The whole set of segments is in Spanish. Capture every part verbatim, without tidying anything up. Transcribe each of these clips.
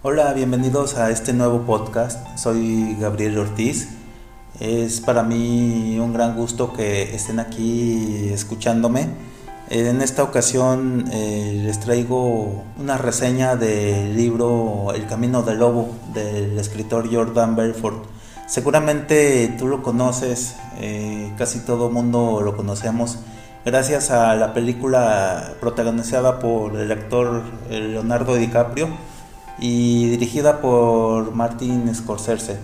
Hola, bienvenidos a este nuevo podcast. Soy Gabriel Ortiz. Es para mí un gran gusto que estén aquí escuchándome. En esta ocasión eh, les traigo una reseña del libro El Camino del Lobo del escritor Jordan Belfort. Seguramente tú lo conoces, eh, casi todo mundo lo conocemos gracias a la película protagonizada por el actor Leonardo DiCaprio y dirigida por Martin Scorsese.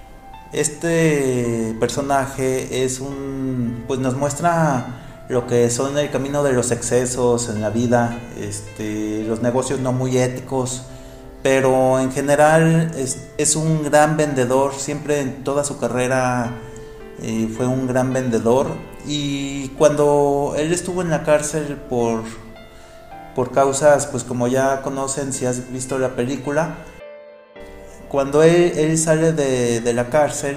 Este personaje es un, pues nos muestra lo que son el camino de los excesos en la vida, este, los negocios no muy éticos, pero en general es, es un gran vendedor. Siempre en toda su carrera eh, fue un gran vendedor, y cuando él estuvo en la cárcel por por causas, pues como ya conocen si has visto la película, cuando él, él sale de, de la cárcel,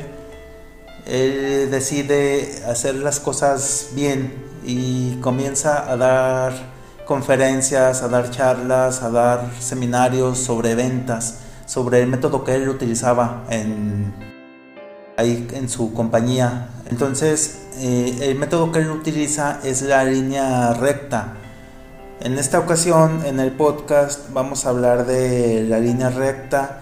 él decide hacer las cosas bien y comienza a dar conferencias, a dar charlas, a dar seminarios sobre ventas, sobre el método que él utilizaba en, ahí en su compañía. Entonces, eh, el método que él utiliza es la línea recta. En esta ocasión, en el podcast, vamos a hablar de la línea recta.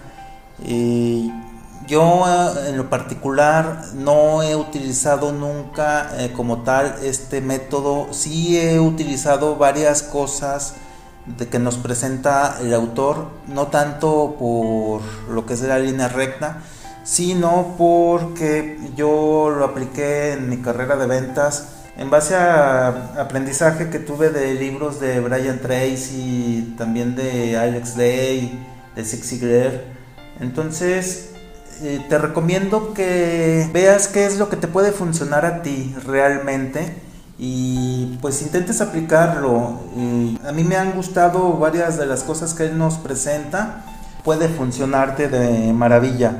Y yo, en lo particular, no he utilizado nunca eh, como tal este método. Sí he utilizado varias cosas de que nos presenta el autor, no tanto por lo que es la línea recta, sino porque yo lo apliqué en mi carrera de ventas en base a aprendizaje que tuve de libros de Brian Tracy, también de Alex Day, de Zig Ziglar. Entonces eh, te recomiendo que veas qué es lo que te puede funcionar a ti realmente y pues intentes aplicarlo. Y a mí me han gustado varias de las cosas que él nos presenta. Puede funcionarte de maravilla.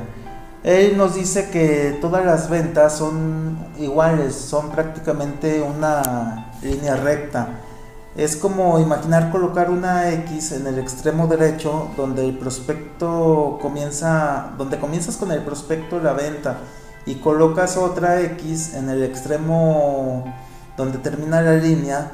Él nos dice que todas las ventas son iguales, son prácticamente una línea recta. Es como imaginar colocar una X en el extremo derecho donde el prospecto comienza, donde comienzas con el prospecto la venta, y colocas otra X en el extremo donde termina la línea,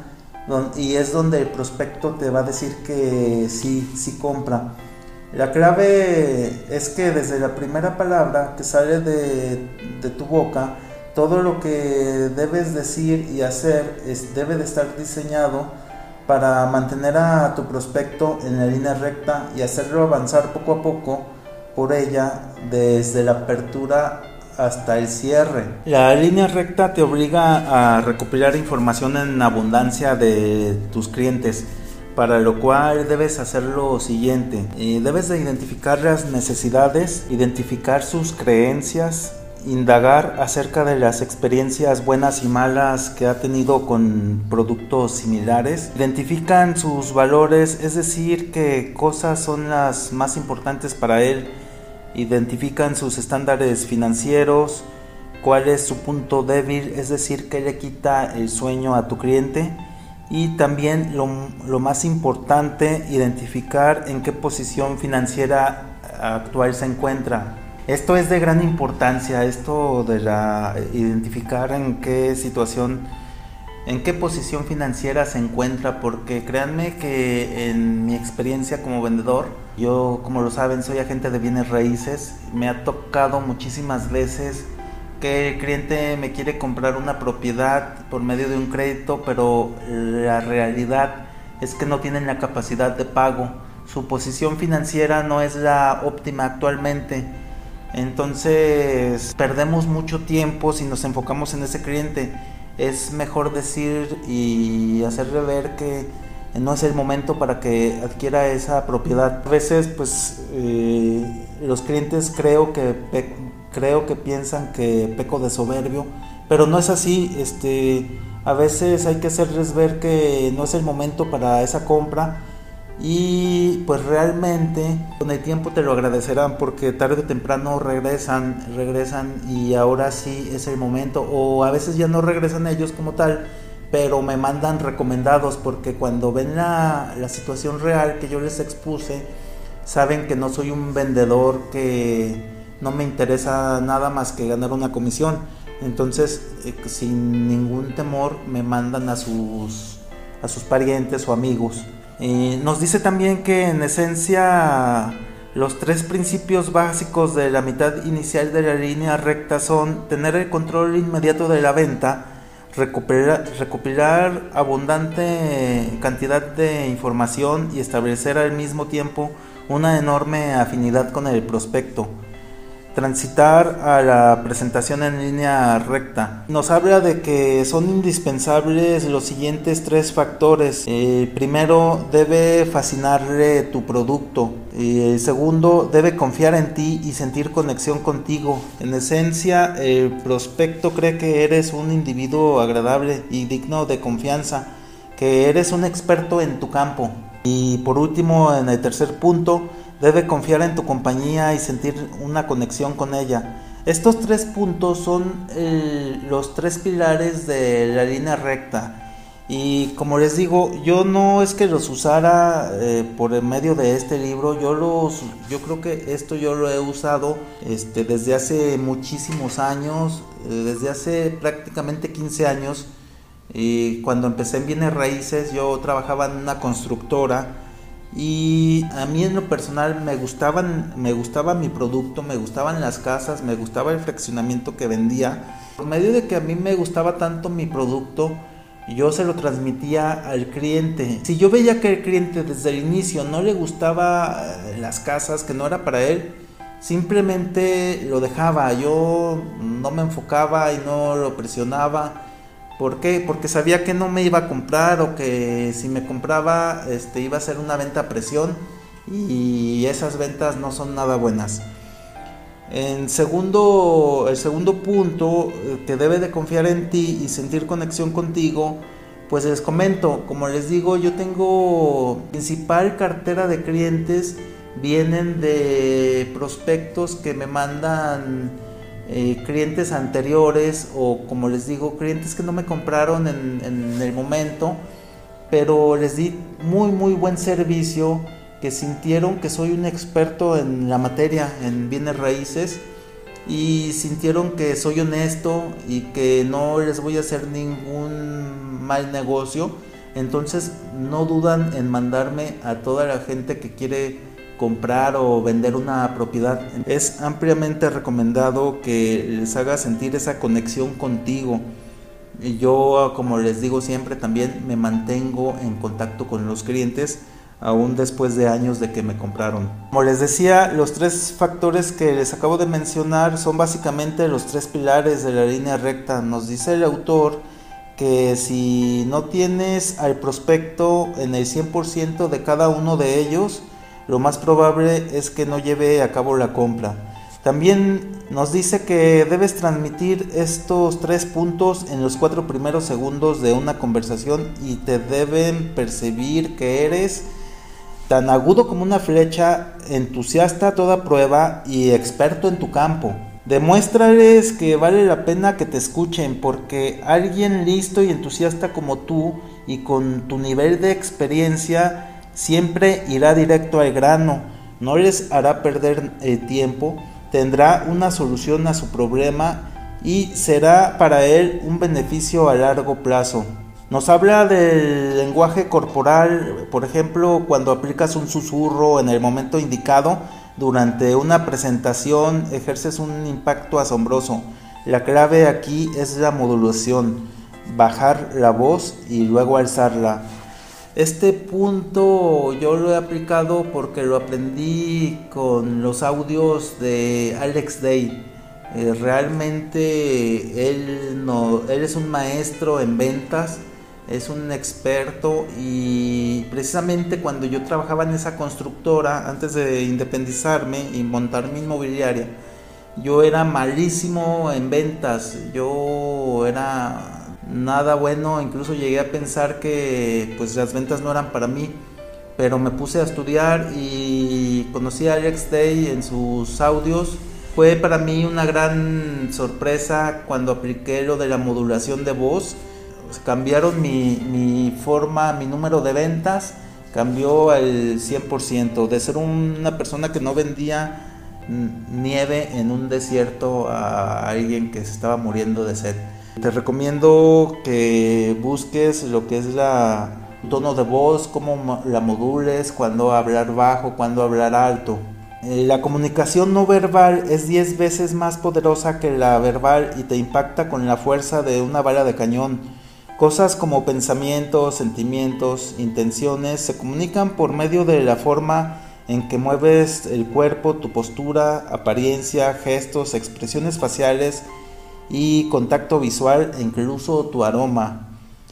y es donde el prospecto te va a decir que sí, sí compra. La clave es que desde la primera palabra que sale de, de tu boca, todo lo que debes decir y hacer es, debe de estar diseñado para mantener a tu prospecto en la línea recta y hacerlo avanzar poco a poco por ella desde la apertura hasta el cierre. La línea recta te obliga a recopilar información en abundancia de tus clientes, para lo cual debes hacer lo siguiente. Eh, debes de identificar las necesidades, identificar sus creencias, indagar acerca de las experiencias buenas y malas que ha tenido con productos similares. Identifican sus valores, es decir, qué cosas son las más importantes para él. Identifican sus estándares financieros, cuál es su punto débil, es decir, qué le quita el sueño a tu cliente. Y también lo, lo más importante, identificar en qué posición financiera actual se encuentra. Esto es de gran importancia, esto de la, identificar en qué situación, en qué posición financiera se encuentra, porque créanme que en mi experiencia como vendedor, yo, como lo saben, soy agente de bienes raíces. Me ha tocado muchísimas veces que el cliente me quiere comprar una propiedad por medio de un crédito, pero la realidad es que no tienen la capacidad de pago. Su posición financiera no es la óptima actualmente. Entonces perdemos mucho tiempo si nos enfocamos en ese cliente. Es mejor decir y hacerle ver que no es el momento para que adquiera esa propiedad. A veces pues eh, los clientes creo que pe- creo que piensan que peco de soberbio, pero no es así. Este, a veces hay que hacerles ver que no es el momento para esa compra, y pues realmente con el tiempo te lo agradecerán, porque tarde o temprano regresan, regresan y ahora sí es el momento, o a veces ya no regresan ellos como tal, pero me mandan recomendados, porque cuando ven la, la situación real que yo les expuse, saben que no soy un vendedor, que no me interesa nada más que ganar una comisión. Entonces, eh, sin ningún temor me mandan a sus, a sus parientes o amigos. Eh, nos dice también que en esencia los tres principios básicos de la mitad inicial de la línea recta son tener el control inmediato de la venta, recopilar, recopilar abundante cantidad de información y establecer al mismo tiempo una enorme afinidad con el prospecto. Transitar a la presentación en línea recta. Nos habla de que son indispensables los siguientes tres factores. Eh, primero, debe fascinarle tu producto. Eh, segundo, debe confiar en ti y sentir conexión contigo. En esencia, el prospecto cree que eres un individuo agradable y digno de confianza, que eres un experto en tu campo. Y por último, en el tercer punto, debe confiar en tu compañía y sentir una conexión con ella. Estos tres puntos son el, los tres pilares de la línea recta. Y como les digo, yo no es que los usara eh, por el medio de este libro. Yo los, yo creo que esto yo lo he usado este, desde hace muchísimos años, eh, desde hace prácticamente quince años. Y cuando empecé en bienes raíces, yo trabajaba en una constructora. Y a mí en lo personal me gustaban, me gustaba mi producto, me gustaban las casas, me gustaba el fraccionamiento que vendía. Por medio de que a mí me gustaba tanto mi producto, yo se lo transmitía al cliente. Si yo veía que el cliente desde el inicio no le gustaba las casas, que no era para él, simplemente lo dejaba. Yo no me enfocaba y no lo presionaba. ¿Por qué? Porque sabía que no me iba a comprar, o que si me compraba este, iba a ser una venta a presión, y esas ventas no son nada buenas. En segundo, el segundo punto, que debe de confiar en ti y sentir conexión contigo, pues les comento, como les digo, yo tengo principal cartera de clientes, vienen de prospectos que me mandan Eh, clientes anteriores, o como les digo, clientes que no me compraron en, en el momento, pero les di muy muy buen servicio, que sintieron que soy un experto en la materia, en bienes raíces, y sintieron que soy honesto y que no les voy a hacer ningún mal negocio. Entonces no dudan en mandarme a toda la gente que quiere comprar o vender una propiedad. Es ampliamente recomendado que les haga sentir esa conexión contigo. Y yo, como les digo siempre, también me mantengo en contacto con los clientes aún después de años de que me compraron. Como les decía, los tres factores que les acabo de mencionar son básicamente los tres pilares de la línea recta. Nos dice el autor que si no tienes al prospecto en el cien por ciento de cada uno de ellos, lo más probable es que no lleve a cabo la compra. También nos dice que debes transmitir estos tres puntos en los cuatro primeros segundos de una conversación, y te deben percibir que eres tan agudo como una flecha, entusiasta a toda prueba y experto en tu campo. Demuéstrales que vale la pena que te escuchen, porque alguien listo y entusiasta como tú y con tu nivel de experiencia siempre irá directo al grano, no les hará perder el tiempo, tendrá una solución a su problema y será para él un beneficio a largo plazo. Nos habla del lenguaje corporal, por ejemplo, cuando aplicas un susurro en el momento indicado durante una presentación, ejerces un impacto asombroso. La clave aquí es la modulación, bajar la voz y luego alzarla. Este punto yo lo he aplicado porque lo aprendí con los audios de Alex Day. Eh, realmente él, no, él es un maestro en ventas, es un experto, y precisamente cuando yo trabajaba en esa constructora, antes de independizarme y montar mi inmobiliaria, yo era malísimo en ventas, yo era nada bueno, incluso llegué a pensar que pues las ventas no eran para mí, pero me puse a estudiar y conocí a Alex Day en sus audios. Fue para mí una gran sorpresa cuando apliqué lo de la modulación de voz. Cambiaron mi, mi forma, mi número de ventas, cambió al cien por ciento, de ser una persona que no vendía nieve en un desierto a alguien que se estaba muriendo de sed. Te recomiendo que busques lo que es la tono de voz, cómo la modules, cuándo hablar bajo, cuándo hablar alto. Eh, la comunicación no verbal es diez veces más poderosa que la verbal y te impacta con la fuerza de una bala de cañón. Cosas como pensamientos, sentimientos, intenciones se comunican por medio de la forma en que mueves el cuerpo, tu postura, apariencia, gestos, expresiones faciales y contacto visual e incluso tu aroma.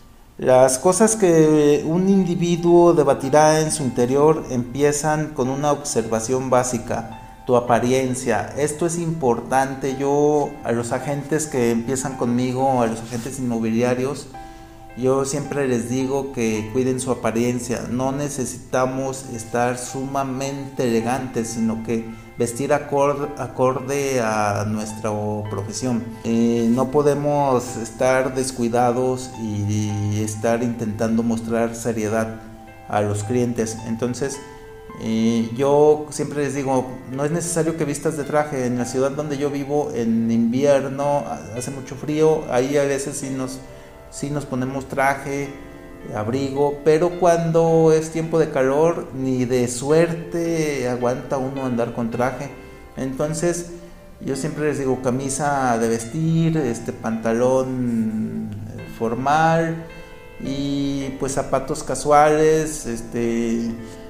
Las cosas que un individuo debatirá en su interior empiezan con una observación básica, tu apariencia. Esto es importante. Yo a los agentes que empiezan conmigo, a los agentes inmobiliarios, yo siempre les digo que cuiden su apariencia. No necesitamos estar sumamente elegantes, sino que vestir acorde, acorde a nuestra profesión. Eh, no podemos estar descuidados y, y estar intentando mostrar seriedad a los clientes. Entonces, eh, yo siempre les digo, no es necesario que vistas de traje. En la ciudad donde yo vivo, en invierno, hace mucho frío, ahí a veces sí nos... Sí nos ponemos traje, abrigo, pero cuando es tiempo de calor, ni de suerte aguanta uno andar con traje. Entonces, yo siempre les digo camisa de vestir, este pantalón formal y pues zapatos casuales, este,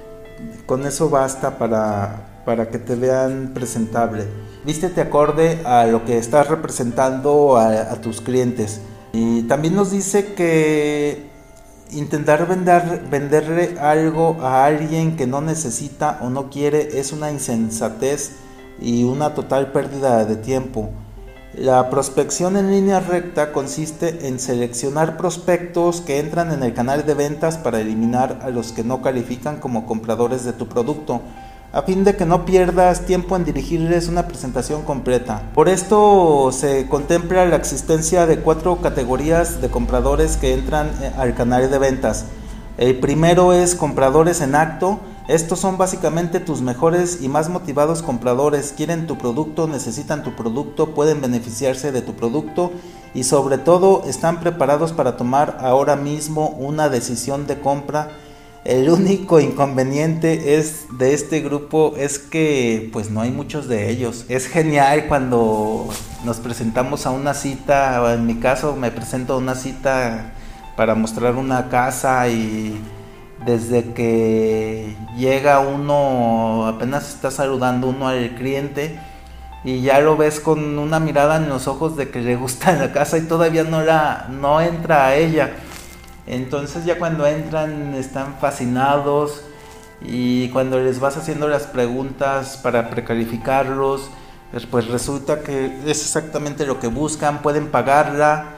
con eso basta para, para que te vean presentable. Vístete acorde a lo que estás representando a, a tus clientes. Y también nos dice que intentar vender, venderle algo a alguien que no necesita o no quiere es una insensatez y una total pérdida de tiempo. La prospección en línea recta consiste en seleccionar prospectos que entran en el canal de ventas para eliminar a los que no califican como compradores de tu producto, a fin de que no pierdas tiempo en dirigirles una presentación completa. Por esto se contempla la existencia de cuatro categorías de compradores que entran al canal de ventas. El primero es compradores en acto. Estos son básicamente tus mejores y más motivados compradores. Quieren tu producto, necesitan tu producto, pueden beneficiarse de tu producto y sobre todo están preparados para tomar ahora mismo una decisión de compra. El único inconveniente es de este grupo es que pues no hay muchos de ellos. Es genial cuando nos presentamos a una cita, o en mi caso me presento a una cita para mostrar una casa y desde que llega uno, apenas está saludando uno al cliente y ya lo ves con una mirada en los ojos de que le gusta la casa y todavía no la no entra a ella. Entonces ya cuando entran están fascinados y cuando les vas haciendo las preguntas para precalificarlos, pues resulta que es exactamente lo que buscan, pueden pagarla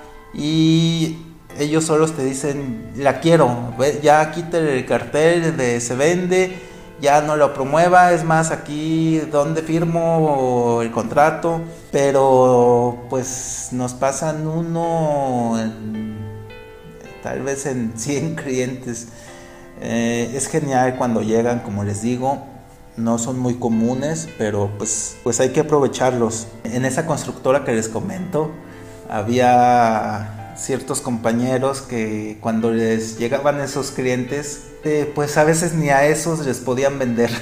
y ellos solos te dicen, la quiero, ya quítale el cartel de se vende, ya no lo promueva, es más, aquí donde firmo el contrato, pero pues nos pasan uno en, tal vez en cien clientes. Eh, es genial cuando llegan, como les digo, no son muy comunes, pero pues, pues hay que aprovecharlos. En esa constructora que les comento, había ciertos compañeros que cuando les llegaban esos clientes, eh, pues a veces ni a esos les podían vender.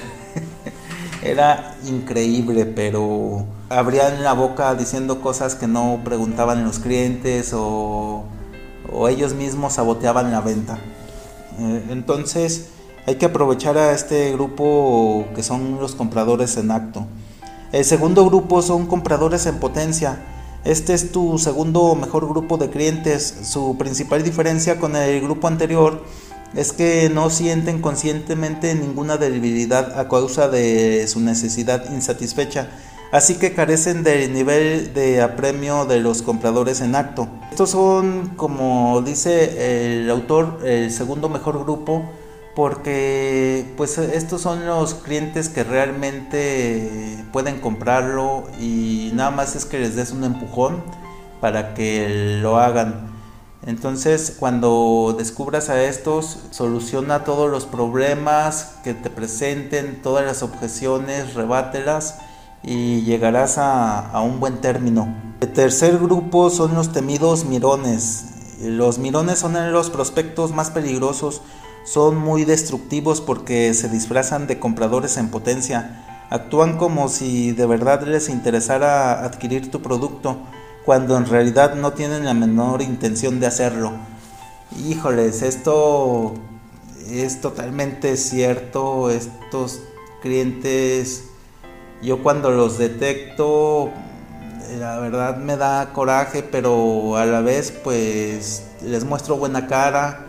Era increíble, pero abrían la boca diciendo cosas que no preguntaban los clientes o, o ellos mismos saboteaban la venta. Eh, entonces hay que aprovechar a este grupo que son los compradores en acto. El segundo grupo son compradores en potencia. Este es tu segundo mejor grupo de clientes. Su principal diferencia con el grupo anterior es que no sienten conscientemente ninguna debilidad a causa de su necesidad insatisfecha, así que carecen del nivel de apremio de los compradores en acto. Estos son, como dice el autor, el segundo mejor grupo, porque pues estos son los clientes que realmente pueden comprarlo y nada más es que les des un empujón para que lo hagan. Entonces, cuando descubras a estos, soluciona todos los problemas que te presenten, todas las objeciones, rebátelas y llegarás a, a un buen término. El tercer grupo son los temidos mirones. Los mirones son los prospectos más peligrosos, son muy destructivos porque se disfrazan de compradores en potencia. Actúan como si de verdad les interesara adquirir tu producto, cuando en realidad no tienen la menor intención de hacerlo. Híjoles, esto es totalmente cierto. Estos clientes, yo cuando los detecto, la verdad me da coraje, pero a la vez pues les muestro buena cara.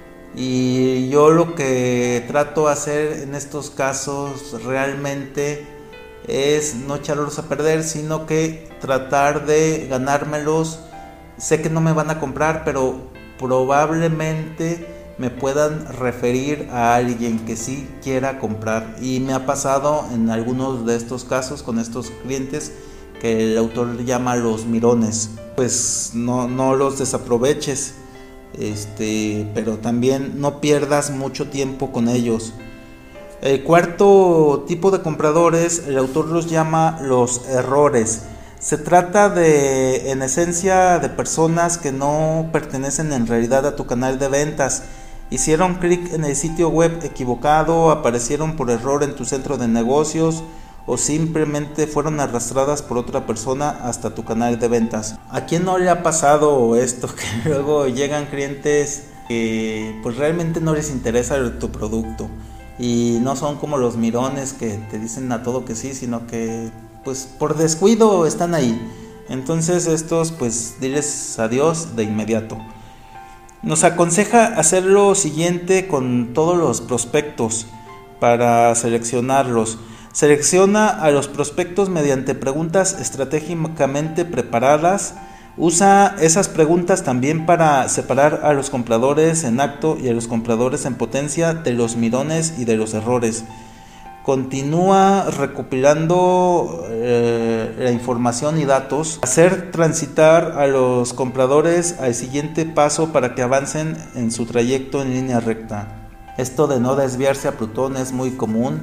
Y yo lo que trato de hacer en estos casos realmente es no echarlos a perder, sino que tratar de ganármelos. Sé que no me van a comprar, pero probablemente me puedan referir a alguien que sí quiera comprar. Y me ha pasado en algunos de estos casos con estos clientes que el autor llama los mirones. Pues no, no los desaproveches, este, pero también no pierdas mucho tiempo con ellos. El cuarto tipo de compradores, el autor los llama los errores. Se trata de, en esencia, de personas que no pertenecen en realidad a tu canal de ventas. Hicieron clic en el sitio web equivocado, aparecieron por error en tu centro de negocios o simplemente fueron arrastradas por otra persona hasta tu canal de ventas. ¿A quién no le ha pasado esto? Que luego llegan clientes que pues realmente no les interesa tu producto. Y no son como los mirones que te dicen a todo que sí, sino que pues por descuido están ahí. Entonces estos pues diles adiós de inmediato. Nos aconseja hacer lo siguiente con todos los prospectos para seleccionarlos. Selecciona a los prospectos mediante preguntas estratégicamente preparadas. Usa esas preguntas también para separar a los compradores en acto y a los compradores en potencia de los mirones y de los errores. Continúa recopilando eh, la información y datos. Hacer transitar a los compradores al siguiente paso para que avancen en su trayecto en línea recta. Esto de no desviarse a Plutón es muy común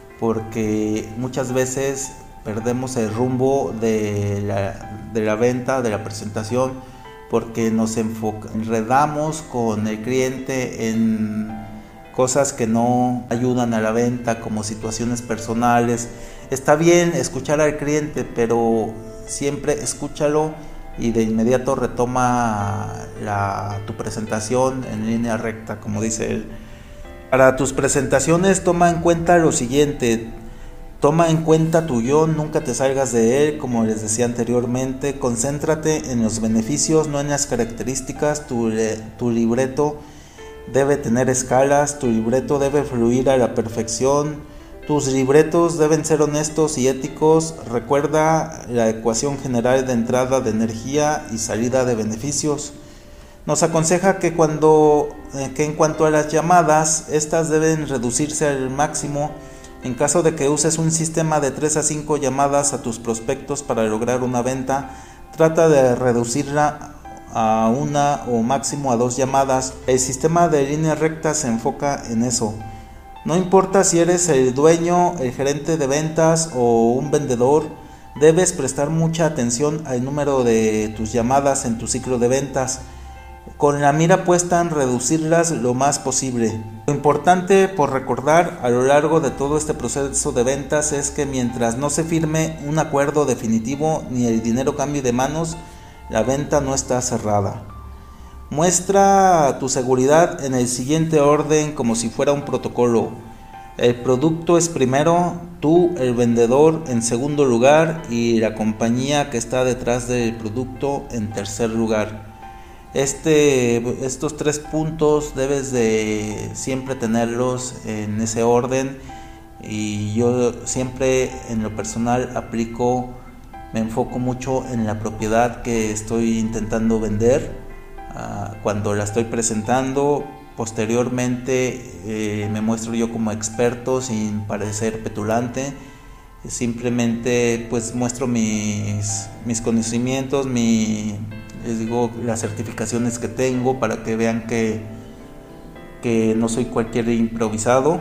porque muchas veces perdemos el rumbo de la, de la venta, de la presentación, porque nos enfoca, enredamos con el cliente en cosas que no ayudan a la venta, como situaciones personales. Está bien escuchar al cliente, pero siempre escúchalo y de inmediato retoma la, tu presentación en línea recta, como dice él. Para tus presentaciones toma en cuenta lo siguiente. Toma en cuenta tu guión, nunca te salgas de él, como les decía anteriormente. Concéntrate en los beneficios, no en las características. Tu, tu libreto debe tener escalas, tu libreto debe fluir a la perfección. Tus libretos deben ser honestos y éticos. Recuerda la ecuación general de entrada de energía y salida de beneficios. Nos aconseja que, cuando, eh, que en cuanto a las llamadas, estas deben reducirse al máximo. En caso de que uses un sistema de tres a cinco llamadas a tus prospectos para lograr una venta, trata de reducirla a una o máximo a dos llamadas. El sistema de línea recta se enfoca en eso. No importa si eres el dueño, el gerente de ventas o un vendedor, debes prestar mucha atención al número de tus llamadas en tu ciclo de ventas, con la mira puesta en reducirlas lo más posible. Lo importante por recordar a lo largo de todo este proceso de ventas es que mientras no se firme un acuerdo definitivo ni el dinero cambie de manos, la venta no está cerrada. Muestra tu seguridad en el siguiente orden, como si fuera un protocolo. El producto es primero, tú, el vendedor, en segundo lugar, y la compañía que está detrás del producto en tercer lugar. Este, estos tres puntos debes de siempre tenerlos en ese orden, y yo siempre en lo personal aplico, me enfoco mucho en la propiedad que estoy intentando vender uh, cuando la estoy presentando. Posteriormente eh, me muestro yo como experto sin parecer petulante. Simplemente pues muestro mis, mis conocimientos, mi, les digo las certificaciones que tengo para que vean que, que no soy cualquier improvisado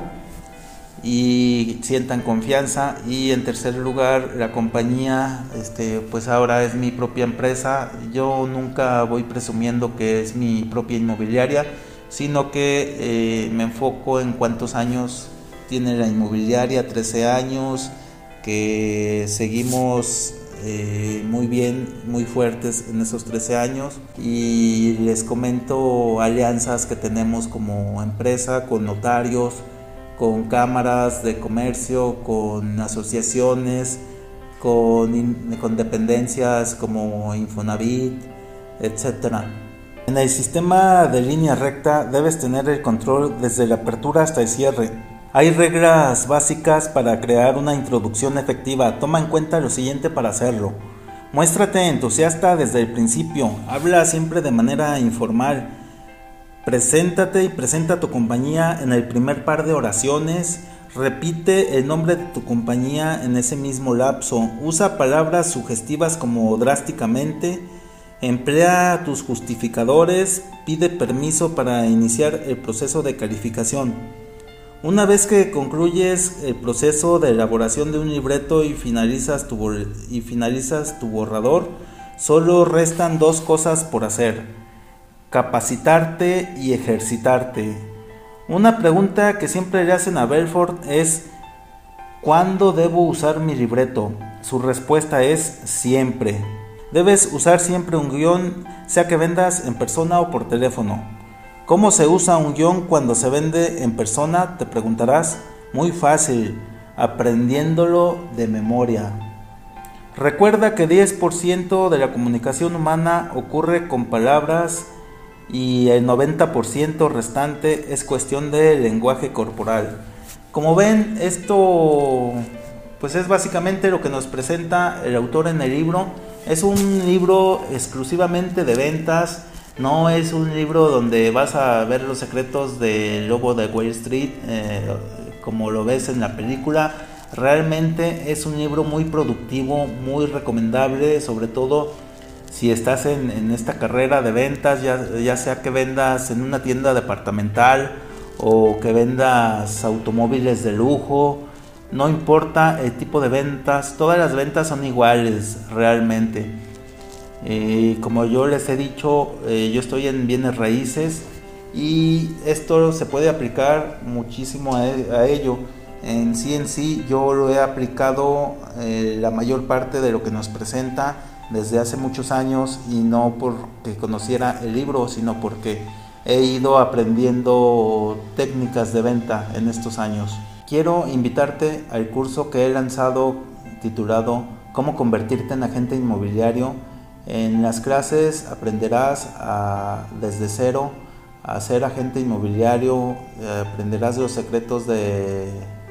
y sientan confianza. Y en tercer lugar, la compañía, este, pues ahora es mi propia empresa. Yo nunca voy presumiendo que es mi propia inmobiliaria, sino que eh, me enfoco en cuántos años tiene la inmobiliaria, trece años, que seguimos eh, muy bien, muy fuertes en esos trece años, y les comento alianzas que tenemos como empresa con notarios, con cámaras de comercio, con asociaciones, con, con dependencias como Infonavit, etcétera. En el sistema de línea recta debes tener el control desde la apertura hasta el cierre. Hay reglas básicas para crear una introducción efectiva. Toma en cuenta lo siguiente para hacerlo. Muéstrate entusiasta desde el principio. Habla siempre de manera informal. Preséntate y presenta tu compañía en el primer par de oraciones. Repite el nombre de tu compañía en ese mismo lapso. Usa palabras sugestivas como drásticamente. Emplea tus justificadores. Pide permiso para iniciar el proceso de calificación. Una vez que concluyes el proceso de elaboración de un libreto y finalizas tu, y finalizas tu borrador, solo restan dos cosas por hacer: capacitarte y ejercitarte. Una pregunta que siempre le hacen a Belfort es: ¿cuándo debo usar mi libreto? Su respuesta es: siempre. Debes usar siempre un guión, sea que vendas en persona o por teléfono. ¿Cómo se usa un guión cuando se vende en persona?, te preguntarás. Muy fácil, aprendiéndolo de memoria. Recuerda que diez por ciento de la comunicación humana ocurre con palabras y el noventa por ciento restante es cuestión de lenguaje corporal. Como ven, esto pues es básicamente lo que nos presenta el autor en el libro. Es un libro exclusivamente de ventas. No es un libro donde vas a ver los secretos del lobo de Wall Street, eh, como lo ves en la película. Realmente es un libro muy productivo, muy recomendable, sobre todo si estás en, en esta carrera de ventas, ya, ya sea que vendas en una tienda departamental o que vendas automóviles de lujo. No importa el tipo de ventas, todas las ventas son iguales realmente. Eh, como yo les he dicho, eh, yo estoy en bienes raíces y esto se puede aplicar muchísimo a, a ello. En sí en sí yo lo he aplicado eh, la mayor parte de lo que nos presenta desde hace muchos años, y no porque conociera el libro, sino porque he ido aprendiendo técnicas de venta en estos años. Quiero invitarte al curso que he lanzado titulado ¿Cómo convertirte en agente inmobiliario? En las clases aprenderás a, desde cero a ser agente inmobiliario, aprenderás los secretos de,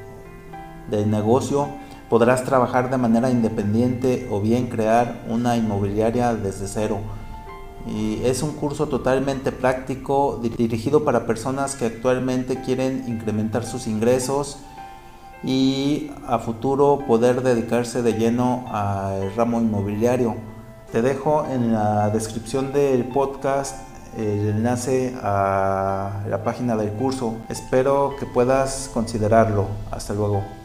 del negocio, podrás trabajar de manera independiente o bien crear una inmobiliaria desde cero. Y es un curso totalmente práctico, dirigido para personas que actualmente quieren incrementar sus ingresos y a futuro poder dedicarse de lleno al ramo inmobiliario. Te dejo en la descripción del podcast el enlace a la página del curso. Espero que puedas considerarlo. Hasta luego.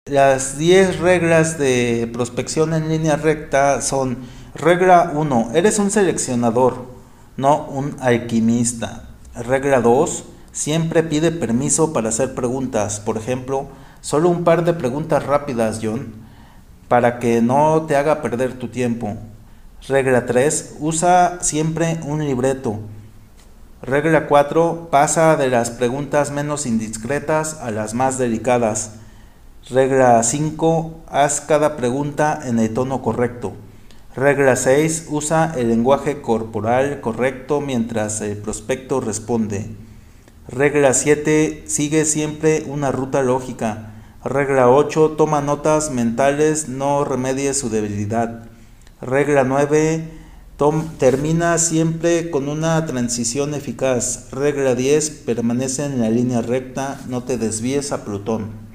Las diez reglas de prospección en línea recta son: regla uno, eres un seleccionador, no un alquimista. Regla dos, siempre pide permiso para hacer preguntas. Por ejemplo, solo un par de preguntas rápidas, John, para que no te haga perder tu tiempo. Regla tres, usa siempre un libreto. Regla cuatro, pasa de las preguntas menos indiscretas a las más delicadas. Regla cinco, haz cada pregunta en el tono correcto. Regla seis, usa el lenguaje corporal correcto mientras el prospecto responde. Regla siete, sigue siempre una ruta lógica. Regla ocho, toma notas mentales, no remedies su debilidad. Regla nueve, tom, termina siempre con una transición eficaz. Regla diez, permanece en la línea recta, no te desvíes a Plutón.